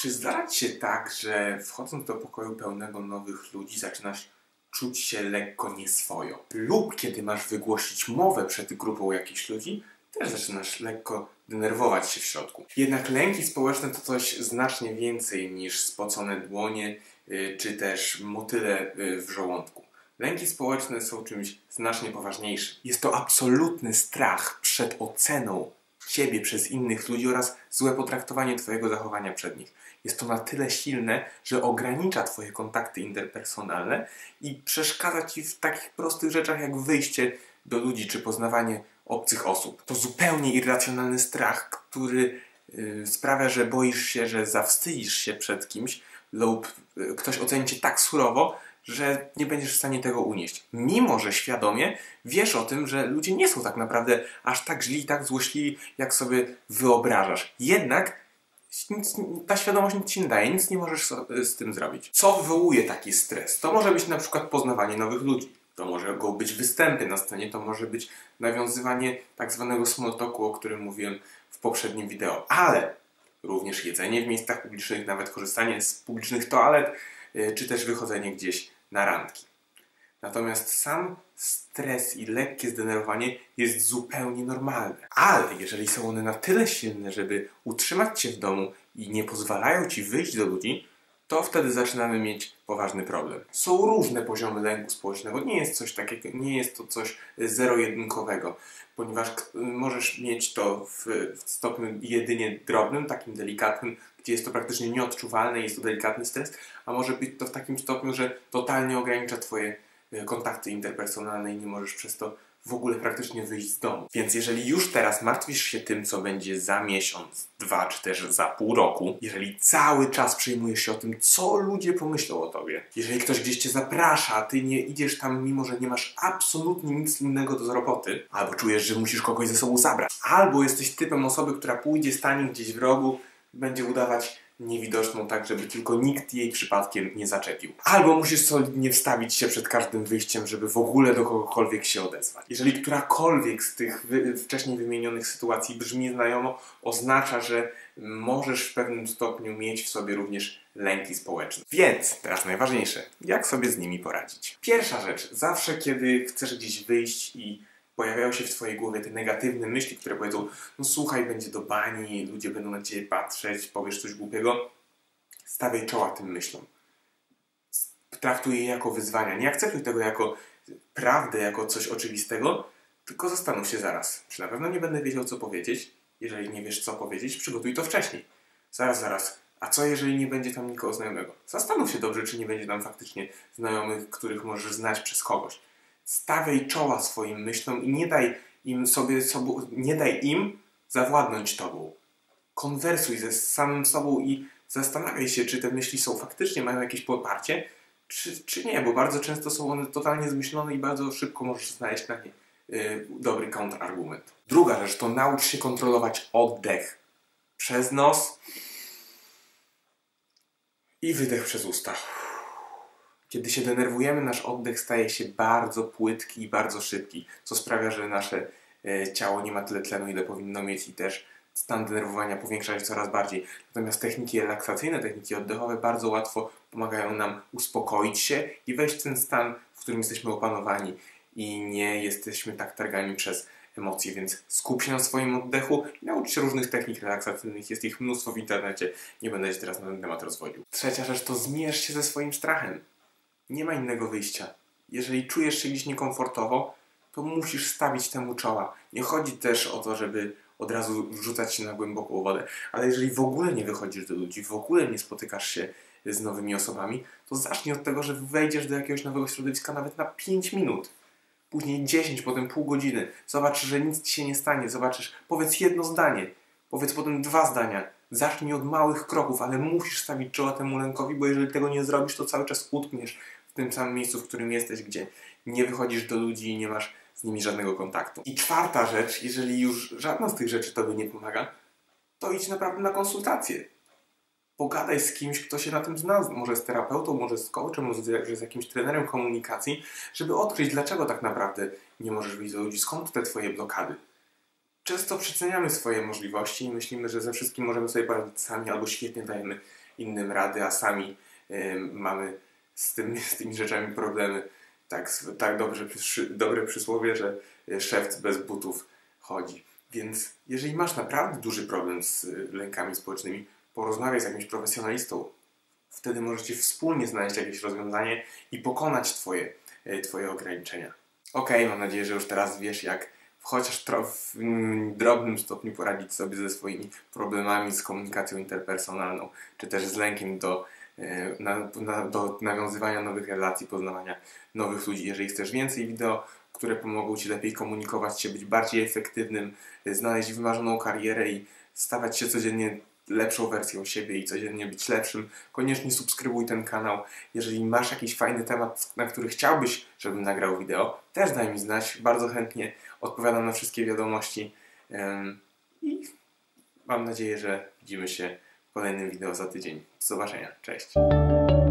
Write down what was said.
Czy zdarza ci się tak, że wchodząc do pokoju pełnego nowych ludzi zaczynasz czuć się lekko nieswojo? Lub kiedy masz wygłosić mowę przed grupą jakichś ludzi, też zaczynasz lekko denerwować się w środku. Jednak lęki społeczne to coś znacznie więcej niż spocone dłonie czy też motyle w żołądku. Lęki społeczne są czymś znacznie poważniejszym. Jest to absolutny strach przed oceną ciebie przez innych ludzi oraz złe potraktowanie twojego zachowania przed nich. Jest to na tyle silne, że ogranicza twoje kontakty interpersonalne i przeszkadza ci w takich prostych rzeczach jak wyjście do ludzi czy poznawanie obcych osób. To zupełnie irracjonalny strach, który sprawia, że boisz się, że zawstydzisz się przed kimś lub ktoś oceni cię tak surowo, że nie będziesz w stanie tego unieść. Mimo że świadomie wiesz o tym, że ludzie nie są tak naprawdę aż tak źli, tak złośliwi, jak sobie wyobrażasz. Jednak ta świadomość nic ci nie daje, nic nie możesz z tym zrobić. Co wywołuje taki stres? To może być na przykład poznawanie nowych ludzi. To może być występy na scenie, to może być nawiązywanie tak zwanego small talku, o którym mówiłem w poprzednim wideo. Ale również jedzenie w miejscach publicznych, nawet korzystanie z publicznych toalet, czy też wychodzenie gdzieś na randki. Natomiast sam stres i lekkie zdenerwowanie jest zupełnie normalne. Ale jeżeli są one na tyle silne, żeby utrzymać cię w domu i nie pozwalają ci wyjść do ludzi, to wtedy zaczynamy mieć poważny problem. Są różne poziomy lęku społecznego. Nie jest coś takiego, nie jest to coś zero-jedynkowego, ponieważ możesz mieć to w stopniu jedynie drobnym, takim delikatnym, gdzie jest to praktycznie nieodczuwalne i jest to delikatny stres, a może być to w takim stopniu, że totalnie ogranicza twoje kontakty interpersonalne i nie możesz przez to w ogóle praktycznie wyjść z domu. Więc jeżeli już teraz martwisz się tym, co będzie za miesiąc, 2 czy też za pół roku, jeżeli cały czas przejmujesz się o tym, co ludzie pomyślą o tobie, jeżeli ktoś gdzieś cię zaprasza, a ty nie idziesz tam, mimo że nie masz absolutnie nic innego do roboty, albo czujesz, że musisz kogoś ze sobą zabrać, albo jesteś typem osoby, która pójdzie, stanie gdzieś w rogu, będzie udawać niewidoczną tak, żeby tylko nikt jej przypadkiem nie zaczepił. Albo musisz solidnie wstawić się przed każdym wyjściem, żeby w ogóle do kogokolwiek się odezwać. Jeżeli którakolwiek z tych wcześniej wymienionych sytuacji brzmi znajomo, oznacza, że możesz w pewnym stopniu mieć w sobie również lęki społeczne. Więc teraz najważniejsze, jak sobie z nimi poradzić? Pierwsza rzecz, zawsze kiedy chcesz gdzieś wyjść i pojawiają się w twojej głowie te negatywne myśli, które powiedzą, no słuchaj, będzie do bani, ludzie będą na ciebie patrzeć, powiesz coś głupiego. Stawiaj czoła tym myślom. Traktuj je jako wyzwania. Nie akceptuj tego jako prawdę, jako coś oczywistego, tylko zastanów się zaraz. Czy na pewno nie będę wiedział, co powiedzieć? Jeżeli nie wiesz, co powiedzieć, przygotuj to wcześniej. Zaraz. A co, jeżeli nie będzie tam nikogo znajomego? Zastanów się dobrze, czy nie będzie tam faktycznie znajomych, których możesz znać przez kogoś. Stawiaj czoła swoim myślom i nie daj im zawładnąć tobą. Konwersuj ze samym sobą i zastanawiaj się, czy te myśli faktycznie mają jakieś poparcie, czy nie, bo bardzo często są one totalnie zmyślone i bardzo szybko możesz znaleźć na nie dobry kontrargument. Druga rzecz to naucz się kontrolować oddech przez nos i wydech przez usta. Kiedy się denerwujemy, nasz oddech staje się bardzo płytki i bardzo szybki, co sprawia, że nasze ciało nie ma tyle tlenu, ile powinno mieć i też stan denerwowania powiększa się coraz bardziej. Natomiast techniki relaksacyjne, techniki oddechowe bardzo łatwo pomagają nam uspokoić się i wejść w ten stan, w którym jesteśmy opanowani i nie jesteśmy tak targani przez emocje, więc skup się na swoim oddechu i naucz się różnych technik relaksacyjnych. Jest ich mnóstwo w internecie, nie będę się teraz na ten temat rozwodził. Trzecia rzecz to zmierz się ze swoim strachem. Nie ma innego wyjścia. Jeżeli czujesz się gdzieś niekomfortowo, to musisz stawić temu czoła. Nie chodzi też o to, żeby od razu wrzucać się na głęboką wodę, ale jeżeli w ogóle nie wychodzisz do ludzi, w ogóle nie spotykasz się z nowymi osobami, to zacznij od tego, że wejdziesz do jakiegoś nowego środowiska nawet na 5 minut. Później 10, potem pół godziny. Zobacz, że nic ci się nie stanie. Zobaczysz, powiedz jedno zdanie. Powiedz potem 2 zdania. Zacznij od małych kroków, ale musisz stawić czoła temu lękowi, bo jeżeli tego nie zrobisz, to cały czas utkniesz w tym samym miejscu, w którym jesteś, gdzie nie wychodzisz do ludzi i nie masz z nimi żadnego kontaktu. I czwarta rzecz, jeżeli już żadna z tych rzeczy tobie nie pomaga, to idź naprawdę na konsultację. Pogadaj z kimś, kto się na tym zna, może z terapeutą, może z coachem, może z jakimś trenerem komunikacji, żeby odkryć, dlaczego tak naprawdę nie możesz wyjść do ludzi, skąd te twoje blokady. Często przeceniamy swoje możliwości i myślimy, że ze wszystkim możemy sobie poradzić sami albo świetnie dajemy innym rady, a sami mamy z tymi rzeczami problemy. Tak dobre przysłowie, że szewc bez butów chodzi. Więc jeżeli masz naprawdę duży problem z lękami społecznymi, porozmawiaj z jakimś profesjonalistą. Wtedy możecie wspólnie znaleźć jakieś rozwiązanie i pokonać Twoje ograniczenia. Mam nadzieję, że już teraz wiesz, jak chociaż w drobnym stopniu poradzić sobie ze swoimi problemami z komunikacją interpersonalną, czy też z lękiem do nawiązywania nowych relacji, poznawania nowych ludzi. Jeżeli chcesz więcej wideo, które pomogą Ci lepiej komunikować się, być bardziej efektywnym, znaleźć wymarzoną karierę i stawać się codziennie lepszą wersją siebie i codziennie być lepszym, koniecznie subskrybuj ten kanał. Jeżeli masz jakiś fajny temat, na który chciałbyś, żebym nagrał wideo, też daj mi znać. Bardzo chętnie odpowiadam na wszystkie wiadomości i mam nadzieję, że widzimy się w kolejnym wideo za tydzień. Do zobaczenia. Cześć!